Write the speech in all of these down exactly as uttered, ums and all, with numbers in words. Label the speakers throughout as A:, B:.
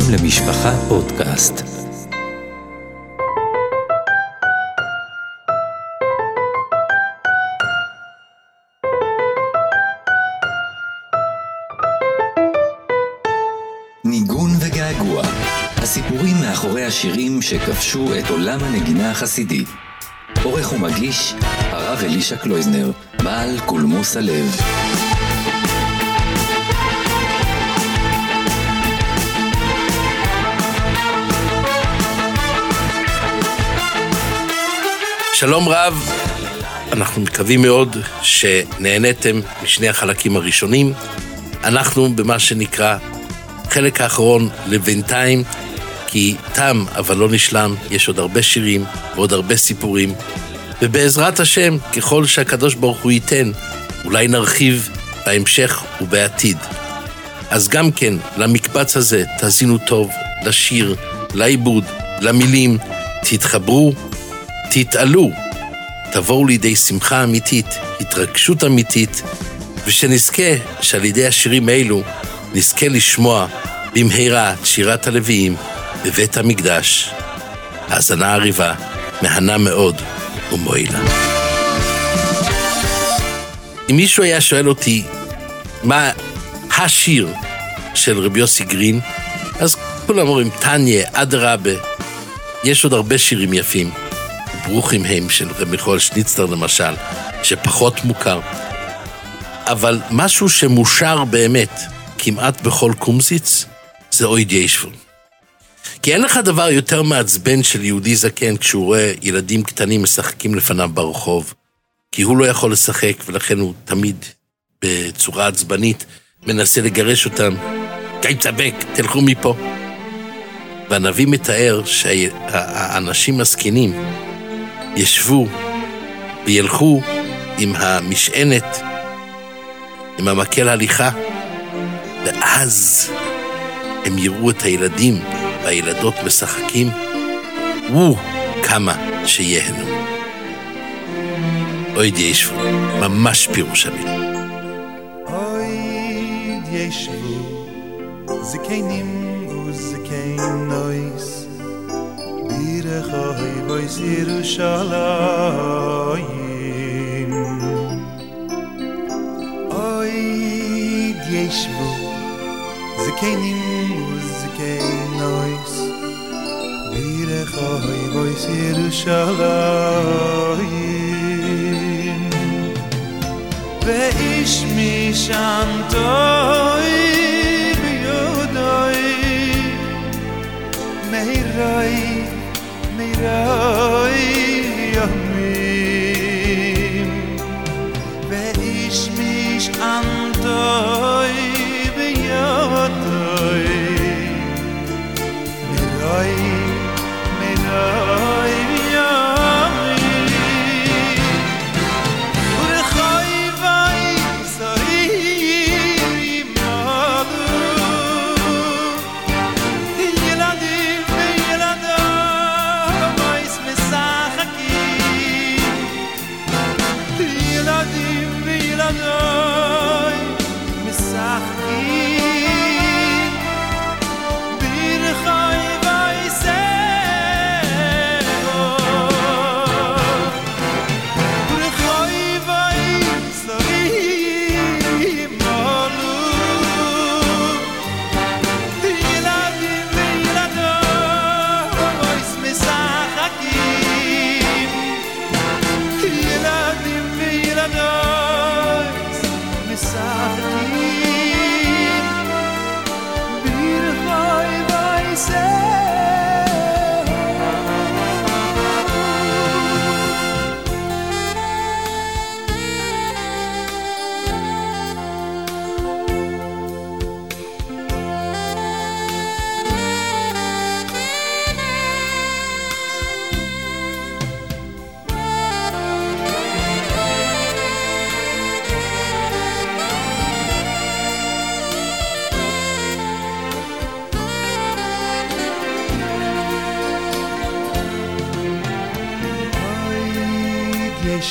A: למשפחה פודקאסט. ניגון וגעגוע, הסיפורים מאחורי השירים שכבשו את עולם הנגינה החסידית. עורך ומגיש הרב אלישע קלויזנר, בעל קולמוס הלב.
B: שלום רב, אנחנו מקווים מאוד שנהניתם משני החלקים הראשונים. אנחנו במה שנקרא חלק האחרון לבינתיים, כי תם אבל לא נשלם, יש עוד הרבה שירים ועוד הרבה סיפורים, ובעזרת השם, ככל שהקדוש ברוך הוא ייתן, אולי נרחיב בהמשך ובעתיד. אז גם כן, למקבץ הזה תאזינו טוב, לשיר, לעיבוד, למילים, תתחברו, תתעלו, תבואו לידי שמחה אמיתית, התרגשות אמיתית, ושנזכה שעל ידי השירים האלו נזכה לשמוע במהרה את שירת הלוויים בבית המקדש. האזנה עריבה, מהנה מאוד ומועילה. אם מישהו היה שואל אותי מה השיר של רבי יוסי גרין, אז כולם אומרים תניה, אדרבה. יש עוד הרבה שירים יפים, ברוכים הם של רבי מיכאל שניצלר למשל, שפחות מוכר, אבל משהו שמושר באמת כמעט בכל קומזיץ זה אויד ישבו. כי אין לך דבר יותר מעצבן של יהודי זקן כשהוא רואה ילדים קטנים משחקים לפניו ברחוב, כי הוא לא יכול לשחק ולכן הוא תמיד בצורה עצבנית מנסה לגרש אותם. גיא צבק, תלכו מפה. והנביא מתאר שהאנשים הזקנים ישבו וילכו עם המשענת, עם המקל הליכה, ואז הם יראו את הילדים והילדות משחקים, וואו, כמה שיהנו. אויד ישבו, ממש פירוש המילה.
C: אויד ישבו, זקנים וזקנויס, בירכי בויס ירושלים. אויד ישבו, זקנים וזקנויס, בירכי בויס ירושלים. ואיש משם טוי ביודוי, מהירוי מהירוי ימים. ואיש משם טוי ביודוי, מהירוי מהירוי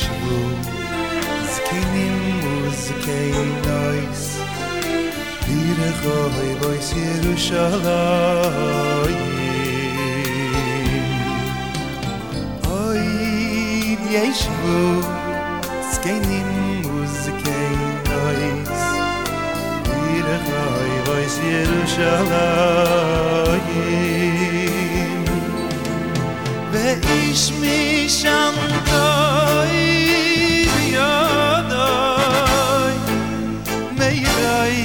C: ישבו זקנים וזקנויס, Birchoi bois Yerushalayim Oid yeshvu Zkenim uzkein ois Birchoi bois Yerushalayim Ve'ish mishantoy b'yodoi Meirai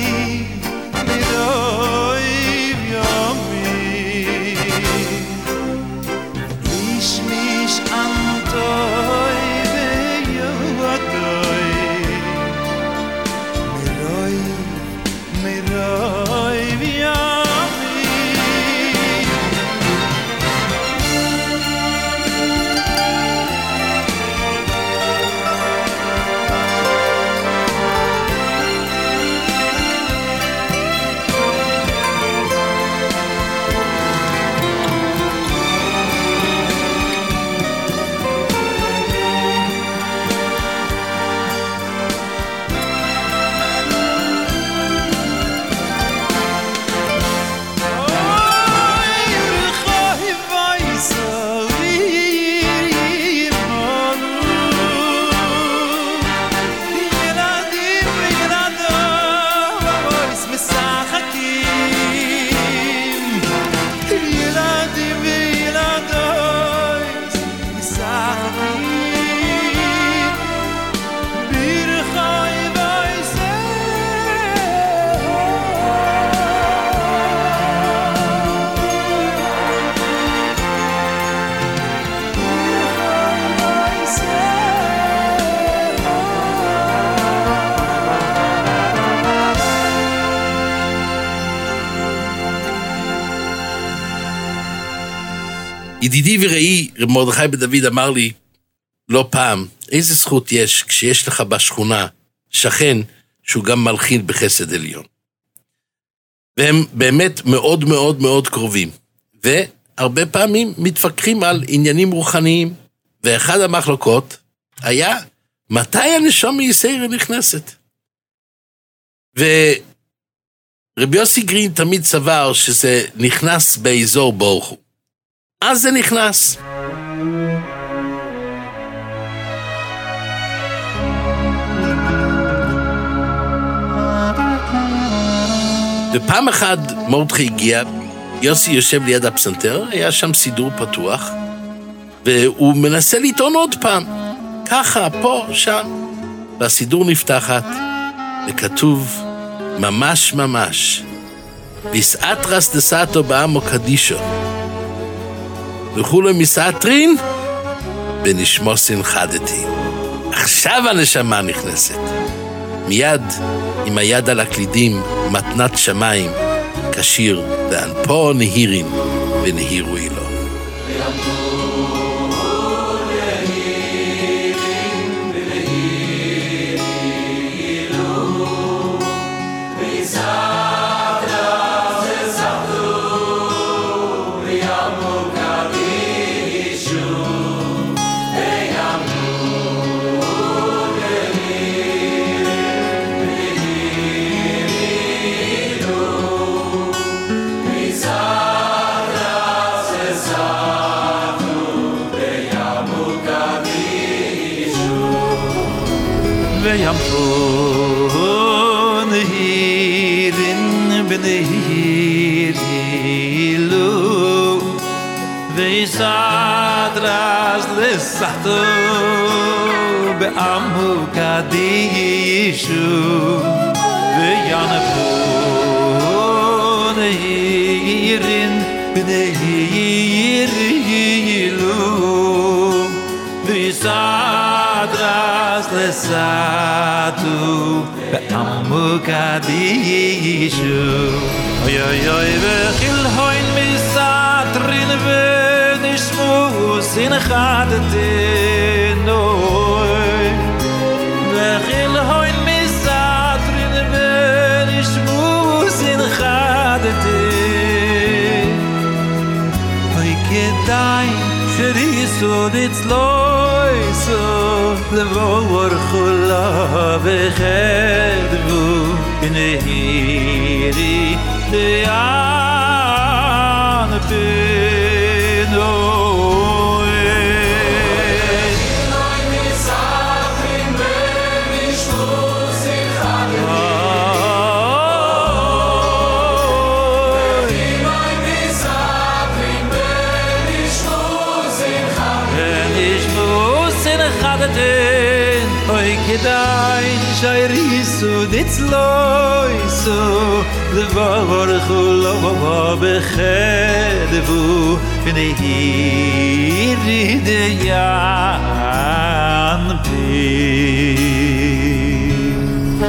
B: ידידי וראי, רב מרדכי בן דוד אמר לי לא פעם, איזה זכות יש כשיש לך בשכונה שכן שהוא גם מלחין בחסד עליון. והם באמת מאוד מאוד מאוד קרובים, והרבה פעמים מתווכחים על עניינים רוחניים, ואחד המחלוקות היה מתי הנשום מישראל נכנסת. ורבי יוסי גרין תמיד סבר שזה נכנס באזור ברוך הוא. אז זה נכנס. ופעם אחד מרדכי הגיע, יוסי יושב ליד הפסנתר, היה שם סידור פתוח, והוא מנסה לטעון עוד פעם, ככה, פה, שם. והסידור נפתחת, וכתוב, ממש ממש, ויסעתרס דסעתו בעמו קדישו, וכולו מסעתרין, ונשמו שנחדתי. עכשיו הנשמה נכנסת. מיד, עם היד על הקלידים, מתנת שמיים, כשיר, ואנפו נהירין, ונהירו אילו. וימפו נהירין בנהיר אילו ויסעדרס לסחתו בעמו קדישו וינפו נהירין בנהיר אילו ויסעדרס לסעתו בעמו קדישו אוי אוי אוי וחיל הוין מסעתרין ונשמו שנחדתנו וחיל הוין מסעתרין ונשמו שנחדתנו אוי כדאי שריסוד אצלויסו לבוא חולה וחדבו
C: בנהירי דיין בנוי כדאי שיריסו דצלויסו לברכו לא בחדבו ונהירי דיין בי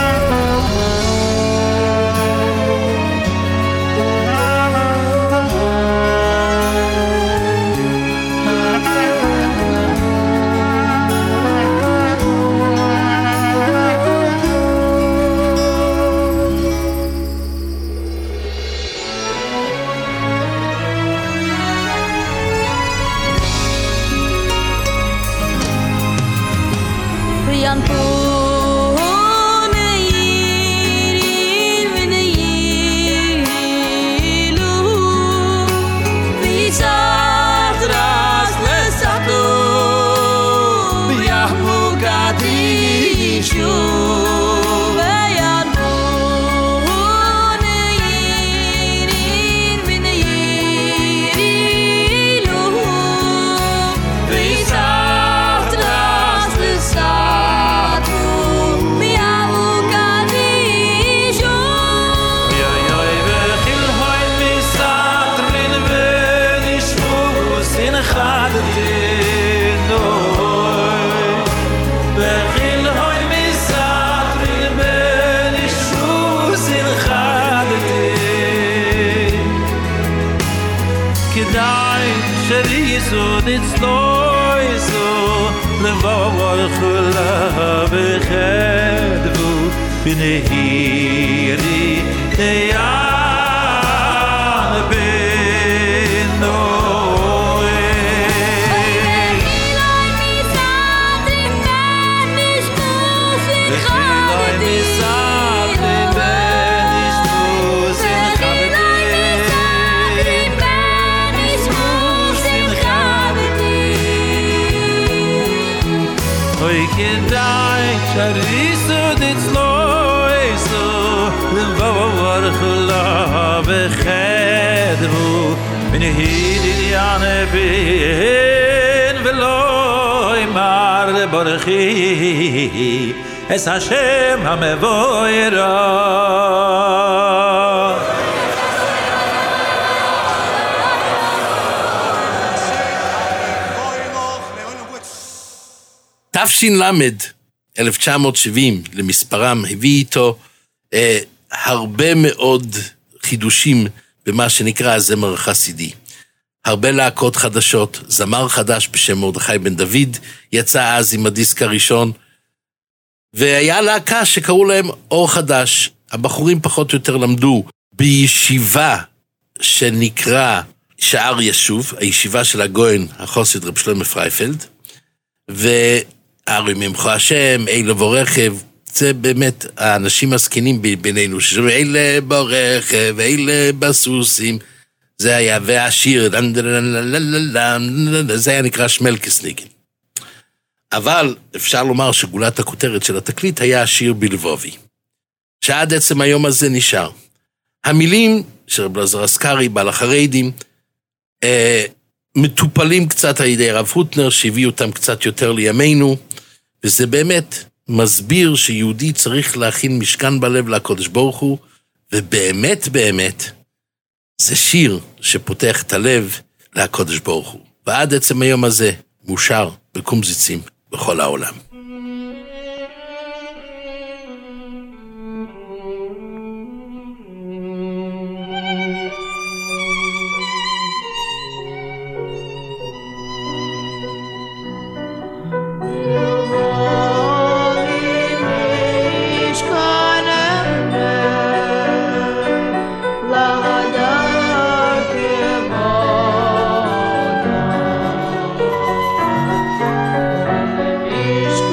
C: בנהירי דיין בנוי וחילוי מסתרים בין אשפוזים חבדים אוי כדאי שריסו דצלויסו לברכו לא בחדבו ונהירי דיין בין ולא אמר לברכי את השם המבורך
B: תש"ל אלף תשע מאות שבעים למספרם הביא איתו אה, הרבה מאוד חידושים במה שנקרא הזמר החסידי. הרבה להקות חדשות, זמר חדש בשם מרדכי בן דוד יצא אז עם הדיסק הראשון, והיה להקה שקראו להם אור חדש. הבחורים פחות או יותר למדו בישיבה שנקרא שער ישוב, הישיבה של הגויין החסיד רב שלמה פרייפלד, והרי ממך השם, אלה ברכב, זה באמת האנשים הזקנים בינינו, שאלה ברכב, אלה בסוסים, זה היה, והשיר, זה היה נקרא שמלקסניגן. אבל אפשר לומר שגולת הכותרת של התקליט היה השיר בלבובי, שעד עצם היום הזה נשאר. המילים של רב אלעזר אסקרי, בעל החרדים, אה, מטופלים קצת על ידי רב הוטנר, שהביא אותם קצת יותר לימינו, וזה באמת מסביר שיהודי צריך להכין משכן בלב לקודש ברוך הוא, ובאמת באמת, זה שיר שפותח את הלב לקודש ברוך הוא. ועד עצם היום הזה מושר בקומזיצים בכל העולם.
D: Ishq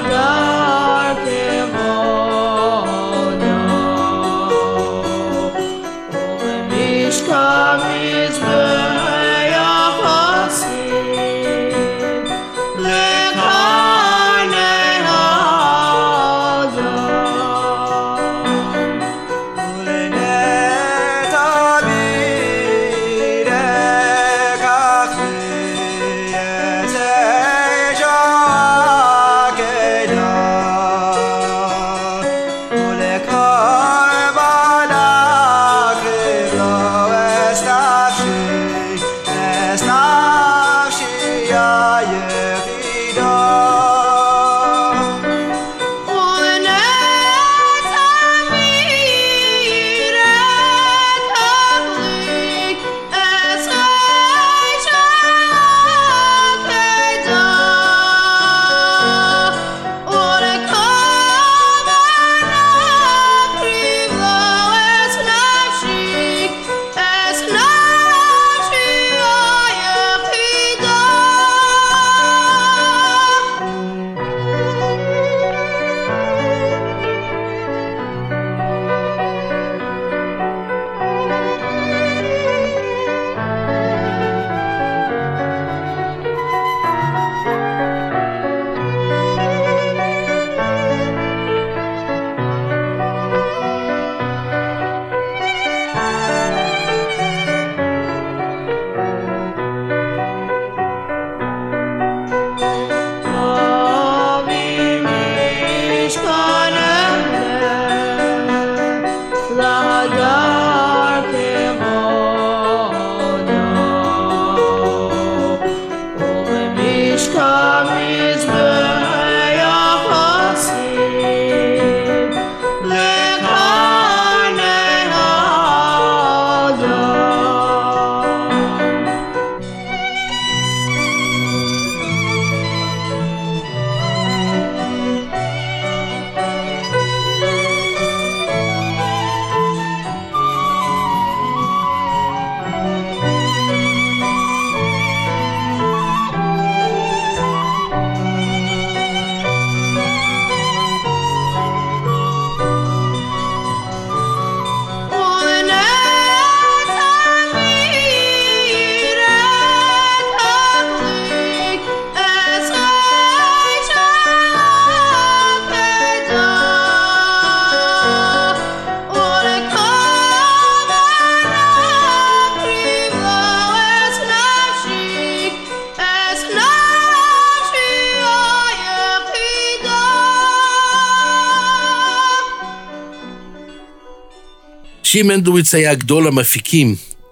B: שי מנדלוביץ היה גדול המפיקים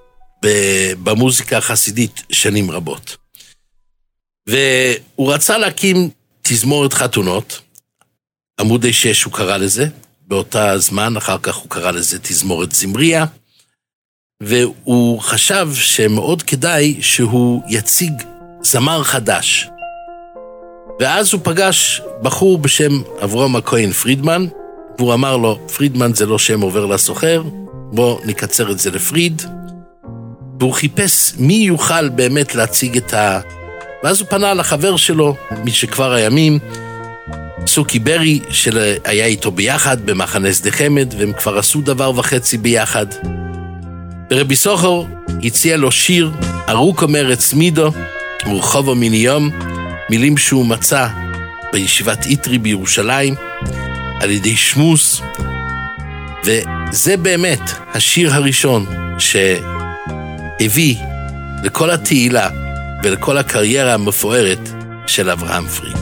B: במוזיקה החסידית שנים רבות. והוא רצה להקים תזמורת חתונות, עמודי שש הוא קרא לזה, באותה זמן, אחר כך הוא קרא לזה תזמורת זמריה, והוא חשב שמאוד כדאי שהוא יציג זמר חדש. ואז הוא פגש בחור בשם אברהם הכהן פרידמן, והוא אמר לו, פרידמן זה לא שם עובר לסוחר, בוא נקצר את זה לפריד, והוא חיפש מי יוכל באמת להציג את ה... ואז הוא פנה לחבר שלו, משכבר הימים, סוקי ברי, שהיה איתו ביחד במחנה שדה חמד, והם כבר עשו דבר וחצי ביחד. ורבי סוחר הציע לו שיר, ארוך אומרת מידו, ורחובו מיניום, מילים שהוא מצא בישיבת איטרי בירושלים, על ידי שמוס, וזה באמת השיר הראשון שהביא לכל התהילה ולכל הקריירה המפוארת של אברהם פריד.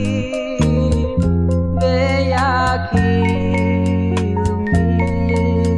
D: ויקיל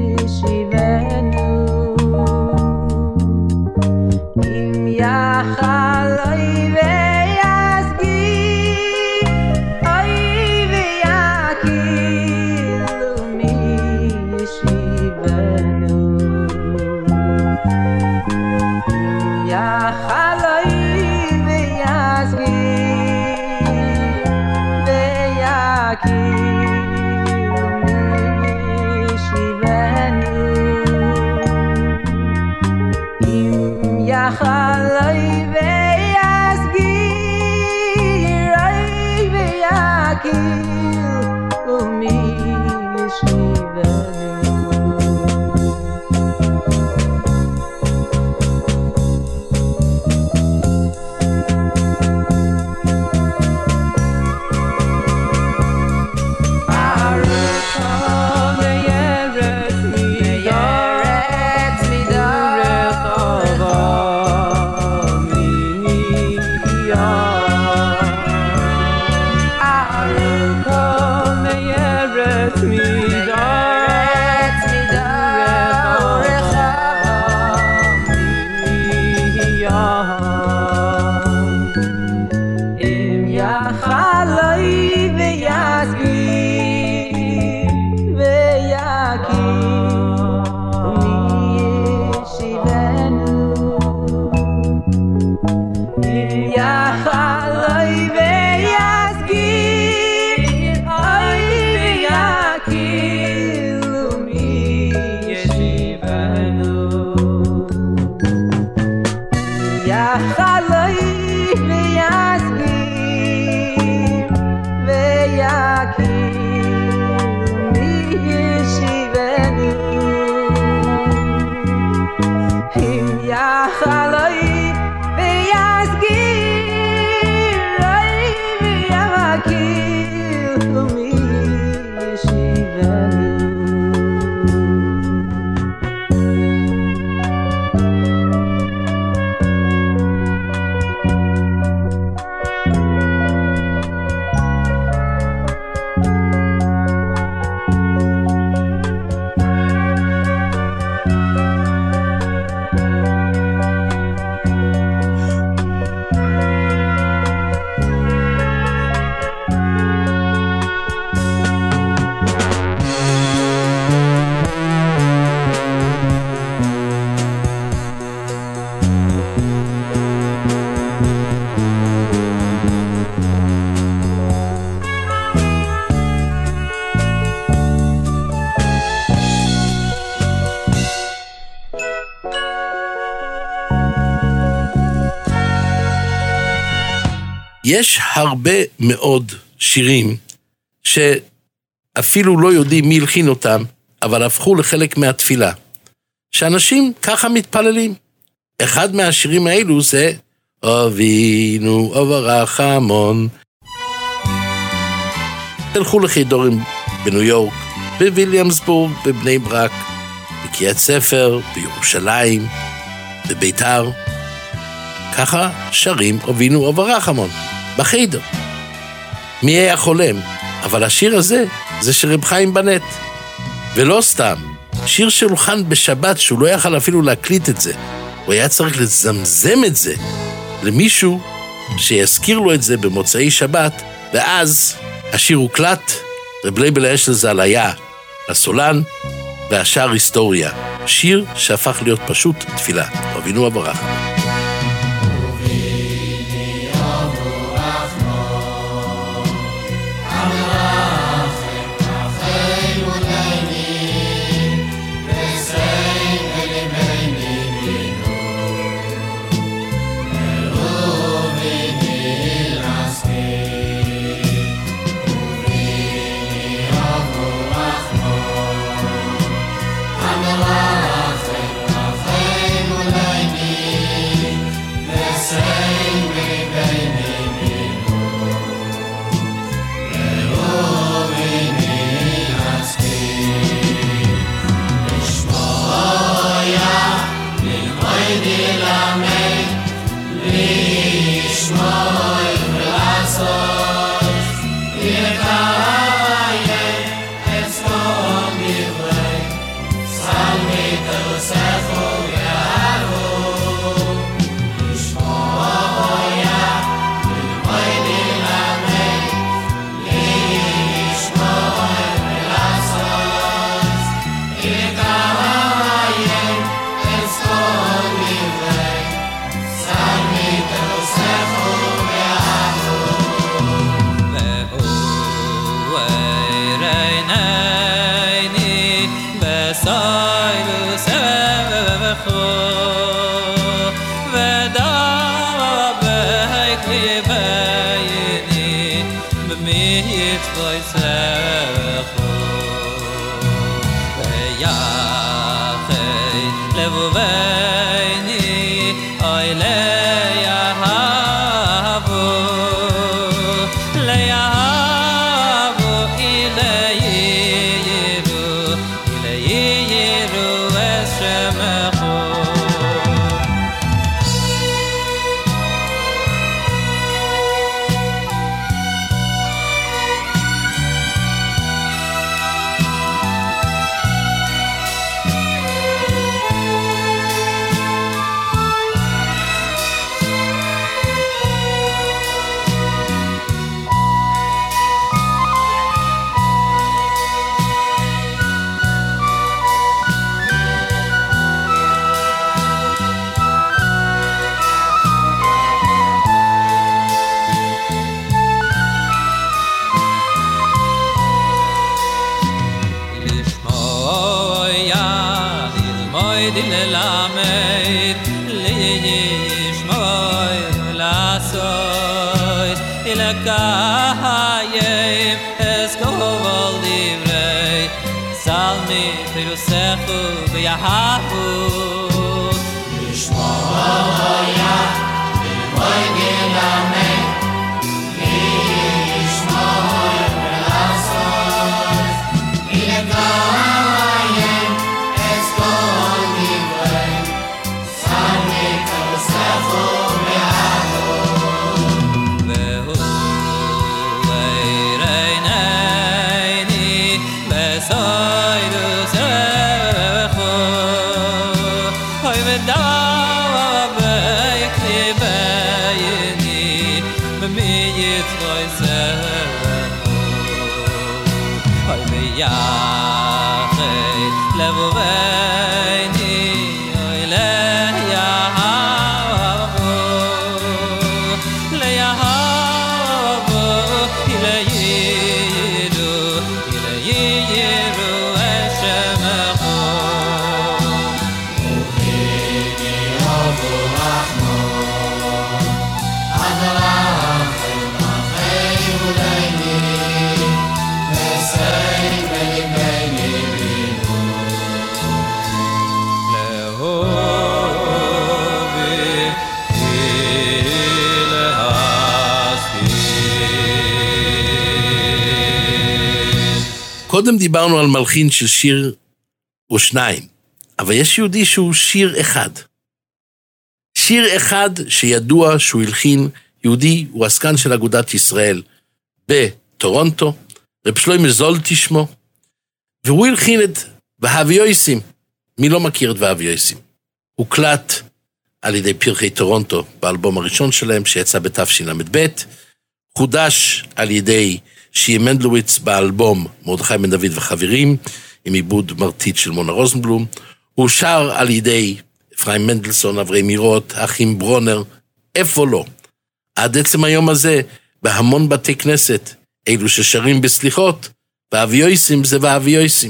B: יש הרבה מאוד שירים שאפילו לא יודעים מי הלחין אותם, אבל הפכו לחלק מהתפילה. שאנשים ככה מתפללים. אחד מהשירים האלו זה אבינו וברחמון. הלכו לחידורים בניו יורק, בוויליאמסבורג, בבני ברק, בקריית ספר, בירושלים, בביתר. ככה שרים אבינו וברחמון, בחידר. מי היה חולם? אבל השיר הזה זה של רב חיים בנט. ולא סתם, שיר שהולחן בשבת שהוא לא יכל אפילו להקליט את זה. הוא היה צריך לזמזם את זה למישהו שיזכיר לו את זה במוצאי שבת, ואז השיר הוקלט, רב לייבל אשלזל היה הסולן, והשאר היסטוריה. שיר שהפך להיות פשוט תפילה. אבינו וברחמון.
D: God.
B: קודם דיברנו על מלחין של שיר ושניים, אבל יש יהודי שהוא שיר אחד. שיר אחד שידוע שהוא הלחין, יהודי הוא עסקן של אגודת ישראל בטורונטו, רב שלמה זולטי שמו, והוא הלחין את ואהב יויסים. מי לא מכיר את ואהב יויסים? הוא קלט על ידי פרחי טורונטו באלבום הראשון שלהם שיצא בתשל"ב, חודש על ידי שיה מנדלוויץ באלבום מרדכי בן דוד וחברים, עם עיבוד מרטיט של מונה רוזנבלום. הוא שר על ידי אפרים מנדלסון, אברי מירות, אחים ברונר, איפה לא. עד עצם היום הזה, בהמון בתי כנסת, אלו ששרים בסליחות, ואהב יויסים זה ואהב יויסים.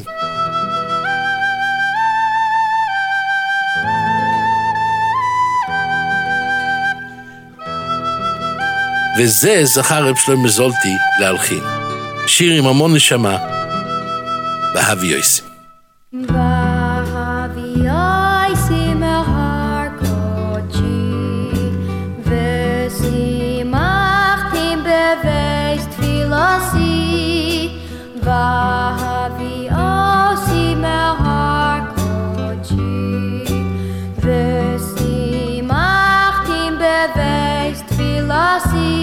B: וזה זכר רב שלמה זולטי להלחין. שיר עם המון נשמה, ואהב יויסים.
D: ואהב יויסים ההר קודשי, ושימחתם בבית תפילתי, ואהב יויסים ההר קודשי, ושימחתם בבית תפילתי,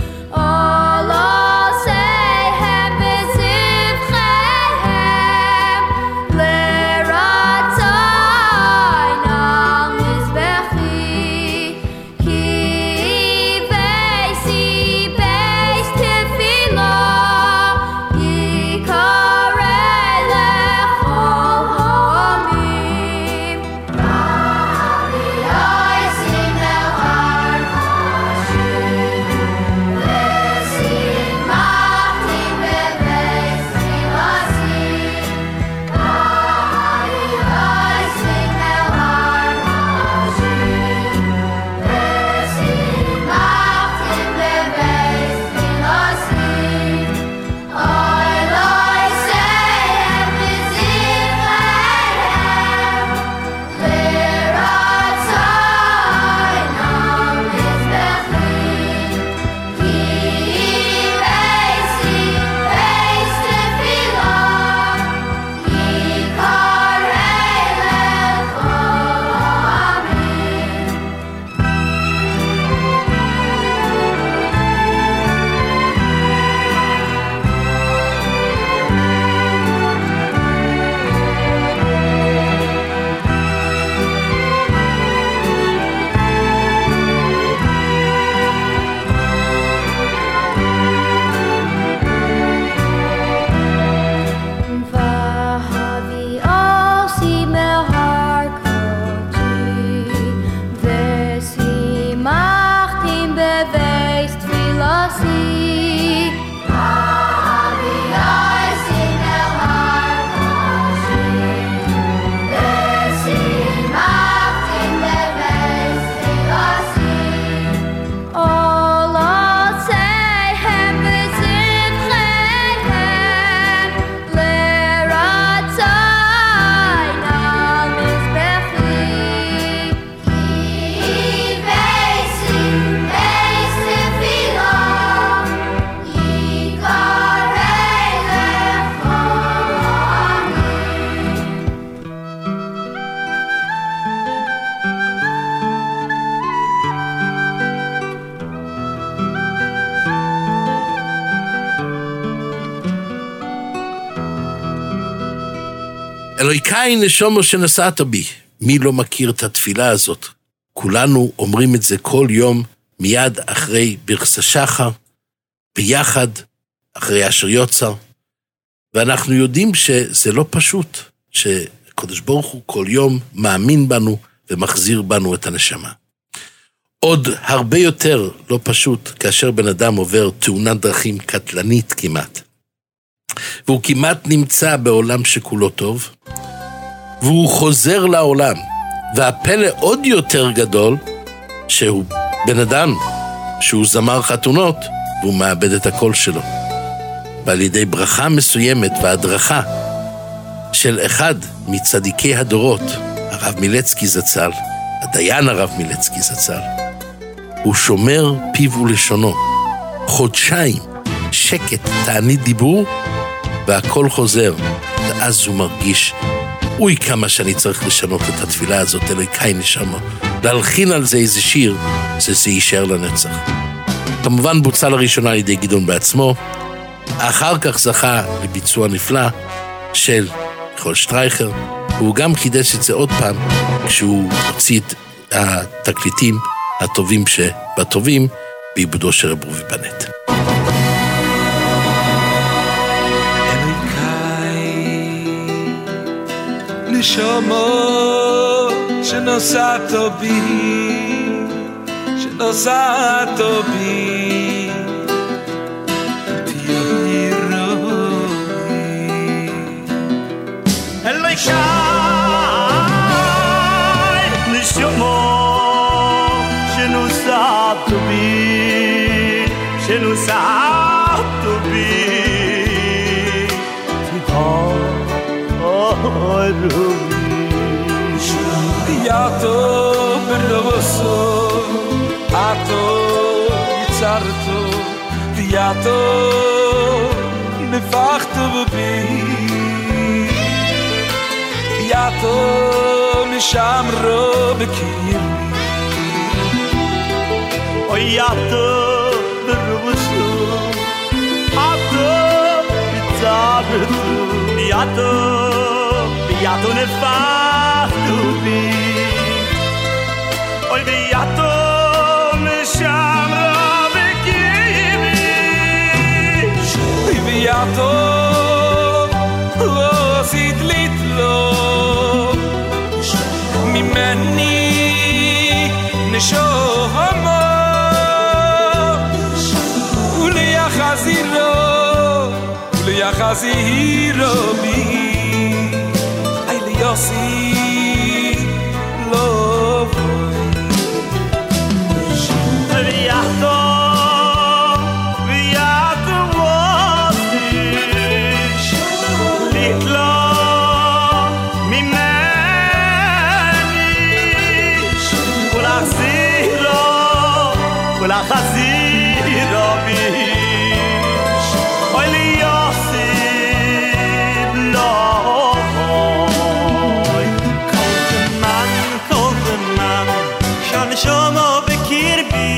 D: all I say have is if I
B: אלוהיקי נשומו שנשאת בי. מי לא מכיר את התפילה הזאת? כולנו אומרים את זה כל יום, מיד אחרי ברכת השחר, ביחד, אחרי אשר יוצר, ואנחנו יודעים שזה לא פשוט, שקדוש ברוך הוא כל יום מאמין בנו ומחזיר בנו את הנשמה. עוד הרבה יותר לא פשוט, כאשר בן אדם עובר תאונת דרכים קטלנית כמעט, והוא כמעט נמצא בעולם שכולו טוב, והוא חוזר לעולם, והפלא עוד יותר גדול, שהוא בן אדם, שהוא זמר חתונות, והוא מאבד את הקול שלו. ועל ידי ברכה מסוימת והדרכה של אחד מצדיקי הדורות, הרב מילצקי זצ"ל, הדיין הרב מילצקי זצ"ל, הוא שומר פיו ולשונו. חודשיים, שקט, תענית דיבור, והכל חוזר. ואז הוא מרגיש, אוי כמה שאני צריך לשנות את התפילה הזאת, אלוהיקי נשמה. להלחין על זה איזה שיר, זה זה יישאר לנצח. כמובן בוצע לראשונה על ידי גדעון בעצמו, אחר כך זכה לביצוע נפלא של מיכאל שטרייכר, והוא גם חידש את זה עוד פעם, כשהוא הוציא את התקליטים הטובים שבטובים, בעיבודו של רב רובי בנט.
E: נשמו שנוסעת בי, שנוסעת בי, תהי רואי.
C: אלוהיקי נשמו שנוסעת בי, שנוסעת בי,
E: Yato beloso, ato yitzarto, yato nefachto bebi, yato mishamro bekir,
C: oh yato beloso, ato yitzarto, yato yato nefachto bi. Oy beato me shamra bekibi,
E: oy beato lo sit litlo mimeni neshomo uli achaziro uli achaziro bi ay liosi lo
C: Viato, viato vosiš, litlo mi meniš, kula ziro, kula haziro biš, oj li josi bloj. Koldeman, koldeman, šan šomo bekirbi,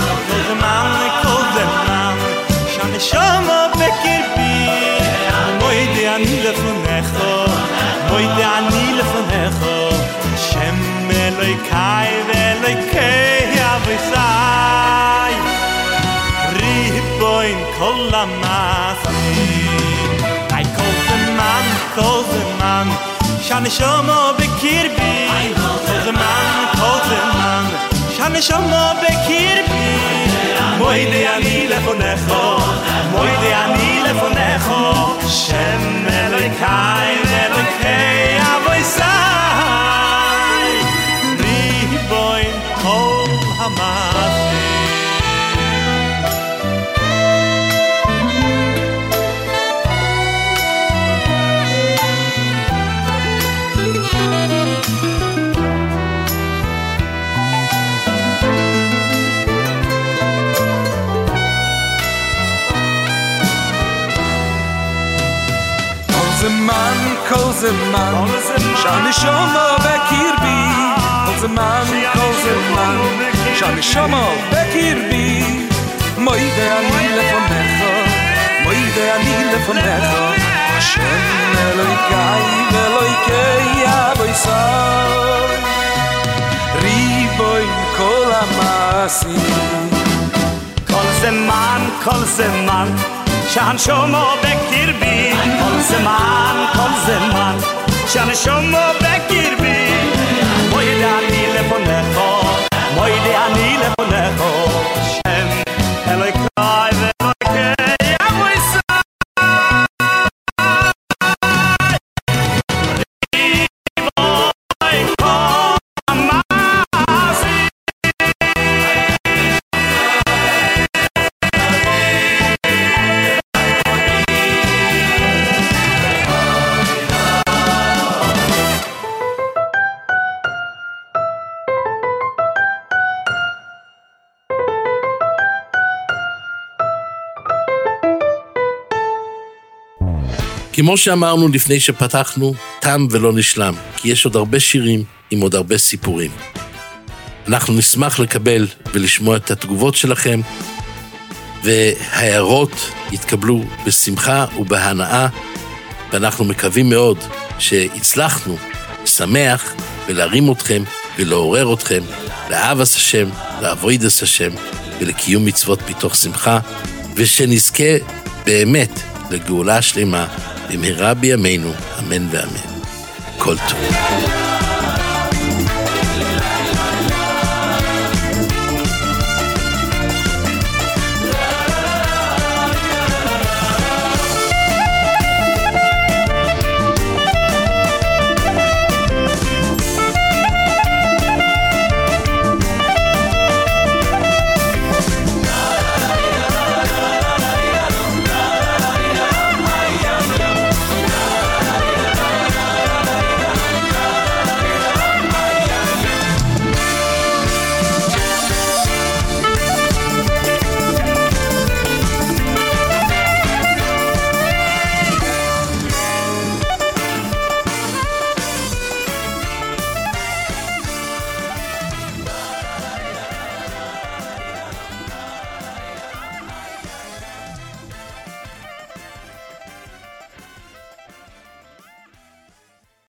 C: shama bekirbi moide ani lefonecho moide ani lefonecho shem elokai velokai avisai riboin kol amasi ay kol the man kol the man shana shama bekirbi kol the man kol the man shana shama bekirbi moide ani lefonecho moide ani lefonecho shem elokai velokai avosai riboin kol hamasi
E: זמן כל זמן שאני שומע בקרבי כל זמן כל זמן שאני שומע בקרבי מוידה אני לפונך מוידה אני לפונך השם אלוהיקי ואלוהיקי אבויסוי ריבוי כל המעשים
C: כל זמן, כל זמן שהנשומו בקרבי כל זמן, כל זמן שהנשומו בקרבי מוידי אני לפונך מוידי אני לפונך שם אלוהיקי ואלוהיקי אבויסוי ריבוי כל המעשים
B: כמו שאמרנו לפני שפתחנו, תם ולא נשלם, כי יש עוד הרבה שירים עם עוד הרבה סיפורים. אנחנו נשמח לקבל ולשמוע את התגובות שלכם, וההערות יתקבלו בשמחה ובהנאה, ואנחנו מקווים מאוד שהצלחנו לשמח ולהרים אתכם ולעורר אתכם לאהבת השם, לעבודת השם ולקיום מצוות מתוך שמחה, ושנזכה באמת לגאולה שלמה במהרה בימינו, אמן ואמן. כל טוב.